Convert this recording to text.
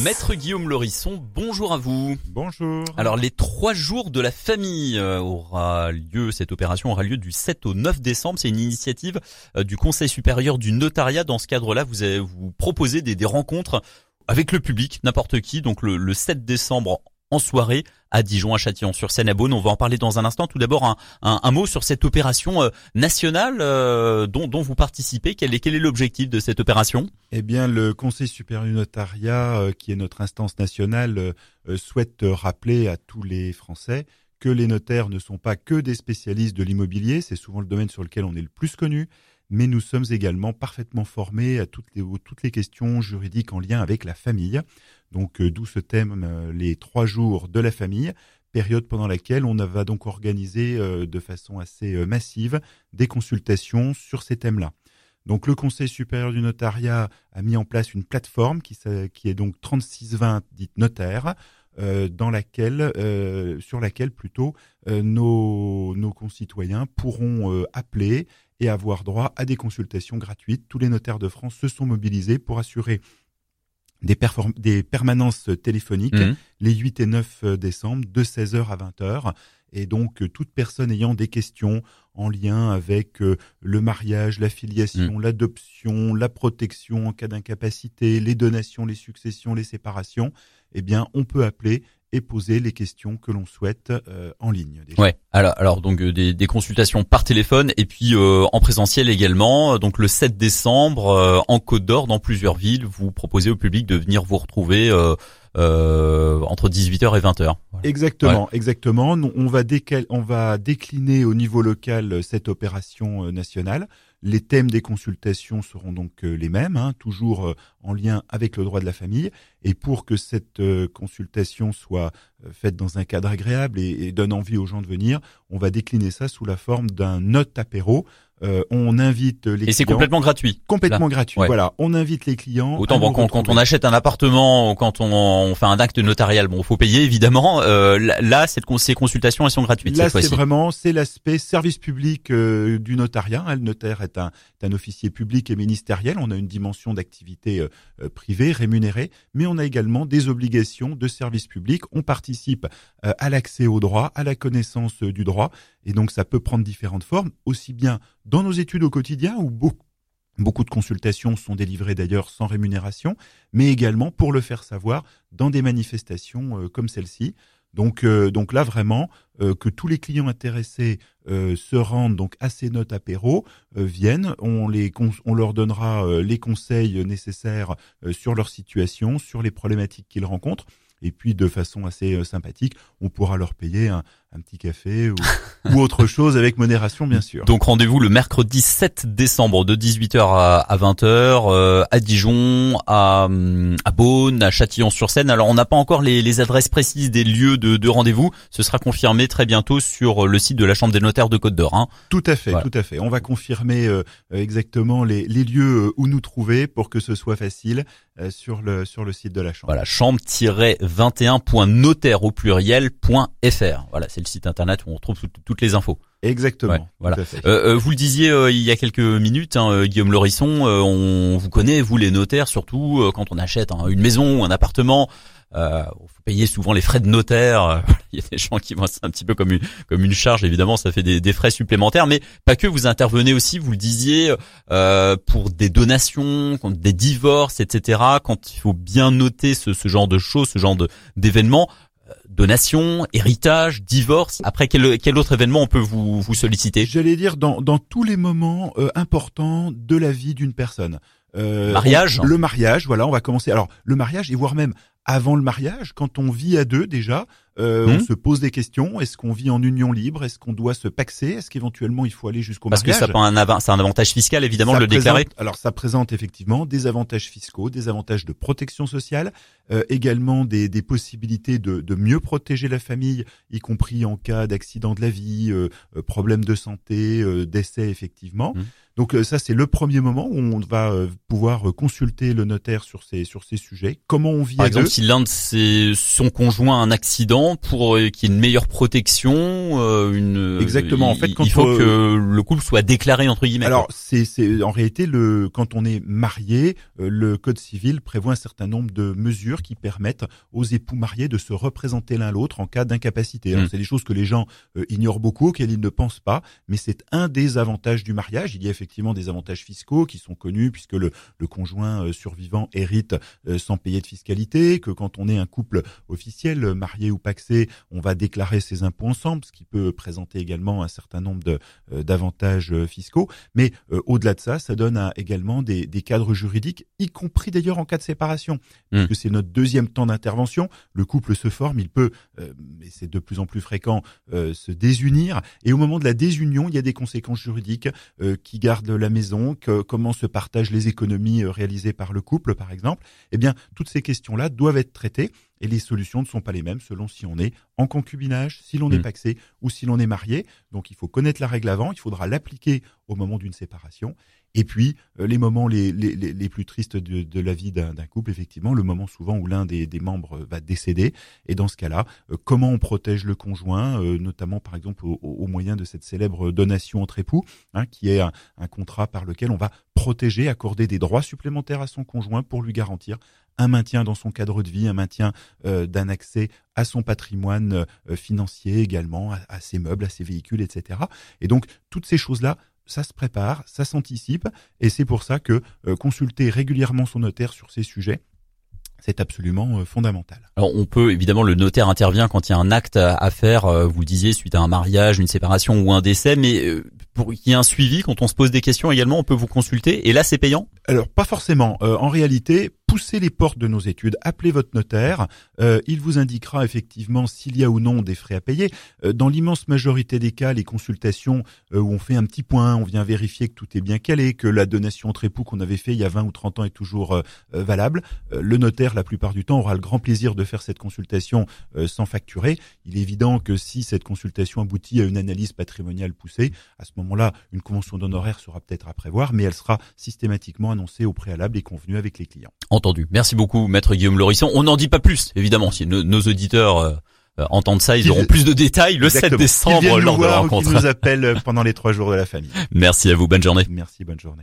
Maître Guillaume Laurisson, bonjour à vous. Bonjour. Alors les 3 jours de la famille cette opération aura lieu du 7 au 9 décembre. C'est une initiative du Conseil supérieur du notariat. Dans ce cadre-là, vous proposez des rencontres avec le public, n'importe qui. Donc le 7 décembre en soirée à Dijon, à Châtillon-sur-Seine, à Beaune. On va en parler dans un instant. Tout d'abord, un mot sur cette opération nationale dont vous participez. Quel est l'objectif de cette opération ? Eh bien, le Conseil supérieur du notariat, qui est notre instance nationale, souhaite rappeler à tous les Français que les notaires ne sont pas que des spécialistes de l'immobilier. C'est souvent le domaine sur lequel on est le plus connu. Mais nous sommes également parfaitement formés à toutes les questions juridiques en lien avec la famille. Donc, d'où ce thème, les 3 jours de la famille, période pendant laquelle on va donc organiser de façon assez massive des consultations sur ces thèmes-là. Donc, le Conseil supérieur du notariat a mis en place une plateforme qui est donc 3620 dite notaire, sur laquelle nos concitoyens pourront appeler et avoir droit à des consultations gratuites. Tous les notaires de France se sont mobilisés pour assurer des permanences téléphoniques les 8 et 9 décembre de 16h à 20h. Et donc, toute personne ayant des questions en lien avec le mariage, la filiation, l'adoption, la protection en cas d'incapacité, les donations, les successions, les séparations, eh bien, on peut appeler et poser les questions que l'on souhaite en ligne. Déjà. Ouais. Alors donc des consultations par téléphone et puis en présentiel également. Donc le 7 décembre en Côte d'Or, dans plusieurs villes, vous proposez au public de venir vous retrouver entre 18h et 20h. Voilà. Exactement. On va décliner au niveau local cette opération nationale. Les thèmes des consultations seront donc les mêmes, toujours en lien avec le droit de la famille. Et pour que cette consultation soit faite dans un cadre agréable et donne envie aux gens de venir, on va décliner ça sous la forme d'un note apéro. On invite les clients. Et c'est complètement gratuit. Complètement gratuit. Ouais. Voilà. On invite les clients. Autant quand on achète un appartement, quand on fait un acte notarial, bon, faut payer évidemment. Là, ces consultations, elles sont gratuites. Là, c'est l'aspect service public du notariat. Le notaire est un officier public et ministériel. On a une dimension d'activité privée, rémunérée, mais on a également des obligations de service public. On participe à l'accès au droit, à la connaissance du droit. Et donc, ça peut prendre différentes formes, aussi bien dans nos études au quotidien, où beaucoup de consultations sont délivrées d'ailleurs sans rémunération, mais également pour le faire savoir dans des manifestations comme celle-ci. Donc là, vraiment, que tous les clients intéressés se rendent donc à ces notes apéro, viennent, on leur donnera les conseils nécessaires sur leur situation, sur les problématiques qu'ils rencontrent. Et puis, de façon assez sympathique, on pourra leur payer un petit café ou autre chose avec modération, bien sûr. Donc, rendez-vous le mercredi 7 décembre de 18h à 20h à Dijon, à Beaune, à Châtillon-sur-Seine. Alors, on n'a pas encore les adresses précises des lieux de rendez-vous. Ce sera confirmé très bientôt sur le site de la Chambre des notaires de Côte d'Or. Tout à fait, voilà. Tout à fait. On va confirmer exactement les lieux où nous trouver pour que ce soit facile sur le site de la Chambre. Voilà, chambre-21.notaire au pluriel.fr. Voilà, c'est le site internet où on retrouve toutes les infos. Exactement. Ouais, voilà. Vous le disiez il y a quelques minutes, Guillaume Laurisson, on vous connaît, vous les notaires, surtout quand on achète une maison ou un appartement. Faut payer souvent les frais de notaire. Il y a des gens qui voient ça un petit peu comme une charge. Évidemment, ça fait des frais supplémentaires, mais pas que. Vous intervenez aussi, vous le disiez, pour des donations, des divorces, etc. Quand il faut bien noter ce genre de choses, ce genre d'événements. Donation, héritage, divorce. Après, quel autre événement on peut vous solliciter ? J'allais dire dans tous les moments importants de la vie d'une personne. Mariage. Le mariage, voilà, on va commencer. Alors, le mariage, et voire même avant le mariage, quand on vit à deux déjà, on se pose des questions. Est-ce qu'on vit en union libre ? Est-ce qu'on doit se paxer ? Est-ce qu'éventuellement il faut aller jusqu'au mariage ? Parce que c'est un avantage fiscal, évidemment, de le déclarer. Alors, ça présente effectivement des avantages fiscaux, des avantages de protection sociale, également des possibilités de mieux protéger la famille, y compris en cas d'accident de la vie, problème de santé, décès, effectivement. Donc ça, c'est le premier moment où on va pouvoir consulter le notaire sur ces sujets. Comment on vit Par à exemple, deux. si l'un de son conjoint a un accident, pour qu'il y ait une meilleure protection, Exactement. En fait, il faut que le couple soit déclaré entre guillemets. Alors, c'est en réalité quand on est marié, le Code civil prévoit un certain nombre de mesures qui permettent aux époux mariés de se représenter l'un l'autre en cas d'incapacité. Alors, c'est des choses que les gens ignorent beaucoup, auxquelles ils ne pensent pas, mais c'est un des avantages du mariage. Il y a effectivement des avantages fiscaux qui sont connus puisque le conjoint survivant hérite sans payer de fiscalité, que quand on est un couple officiel, marié ou pacsé, on va déclarer ses impôts ensemble, ce qui peut présenter également un certain nombre d'avantages fiscaux. Mais au-delà de ça, ça donne également des cadres juridiques, y compris d'ailleurs en cas de séparation, parce que c'est notre deuxième temps d'intervention. Le couple se forme, il peut, et c'est de plus en plus fréquent, se désunir. Et au moment de la désunion, il y a des conséquences juridiques, qui gardent la maison, comment se partagent les économies réalisées par le couple, par exemple. Eh bien, toutes ces questions-là doivent être traitées. Et les solutions ne sont pas les mêmes selon si on est en concubinage, si l'on est pacsé ou si l'on est marié. Donc il faut connaître la règle avant, il faudra l'appliquer au moment d'une séparation. Et puis les moments les plus tristes de la vie d'un couple, effectivement, le moment souvent où l'un des membres va décéder. Et dans ce cas-là, comment on protège le conjoint, notamment par exemple au moyen de cette célèbre donation entre époux, qui est un contrat par lequel on va protéger, accorder des droits supplémentaires à son conjoint pour lui garantir un maintien dans son cadre de vie, un maintien d'un accès à son patrimoine financier également, à ses meubles, à ses véhicules, etc. Et donc, toutes ces choses-là, ça se prépare, ça s'anticipe, et c'est pour ça que consulter régulièrement son notaire sur ces sujets, c'est absolument fondamental. Alors on peut, évidemment, le notaire intervient quand il y a un acte à faire, vous le disiez, suite à un mariage, une séparation ou un décès, mais pour qu'il y ait un suivi, quand on se pose des questions également, on peut vous consulter, et là c'est payant ? Alors pas forcément. En réalité, poussez les portes de nos études, appelez votre notaire, il vous indiquera effectivement s'il y a ou non des frais à payer. Dans l'immense majorité des cas, les consultations où on fait un petit point, on vient vérifier que tout est bien calé, que la donation entre époux qu'on avait fait il y a 20 ou 30 ans est toujours valable. Le notaire, la plupart du temps, aura le grand plaisir de faire cette consultation sans facturer. Il est évident que si cette consultation aboutit à une analyse patrimoniale poussée, à ce moment-là, une convention d'honoraires sera peut-être à prévoir, mais elle sera systématiquement annoncée au préalable et convenue avec les clients. Entendu. Merci beaucoup, Maître Guillaume Laurisson. On n'en dit pas plus, évidemment. Si nos auditeurs entendent ça, ils auront plus de détails le 7 décembre lors de la rencontre. Qu'ils nous appellent pendant les 3 jours de la famille. Merci à vous. Bonne journée. Merci, bonne journée.